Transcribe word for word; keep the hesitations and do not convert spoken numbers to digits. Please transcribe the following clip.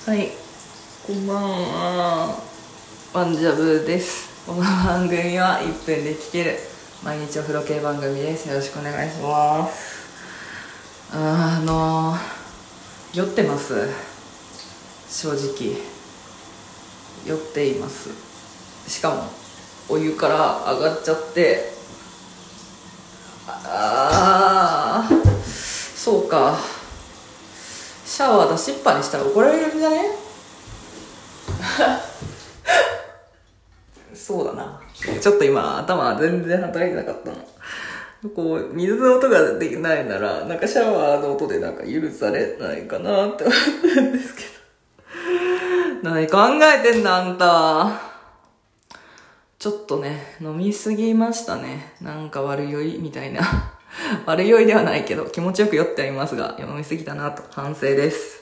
はい、こんばんは。ワンジャブです。この番組はいっぷんで聴ける毎日お風呂系番組です。よろしくお願いします。あの酔ってます。正直酔っています。しかもお湯から上がっちゃって、ああそうか、シャワー出しっぱにしたら怒られるんじゃねそうだな。ちょっと今頭全然働いてなかったの。こう水の音ができないならなんかシャワーの音でなんか許されないかなって思ったんですけど何考えてんだあんた。ちょっとね飲みすぎましたね。なんか悪酔いみたいな悪酔いではないけど気持ちよく酔ってはいますが飲みすぎたなと反省です。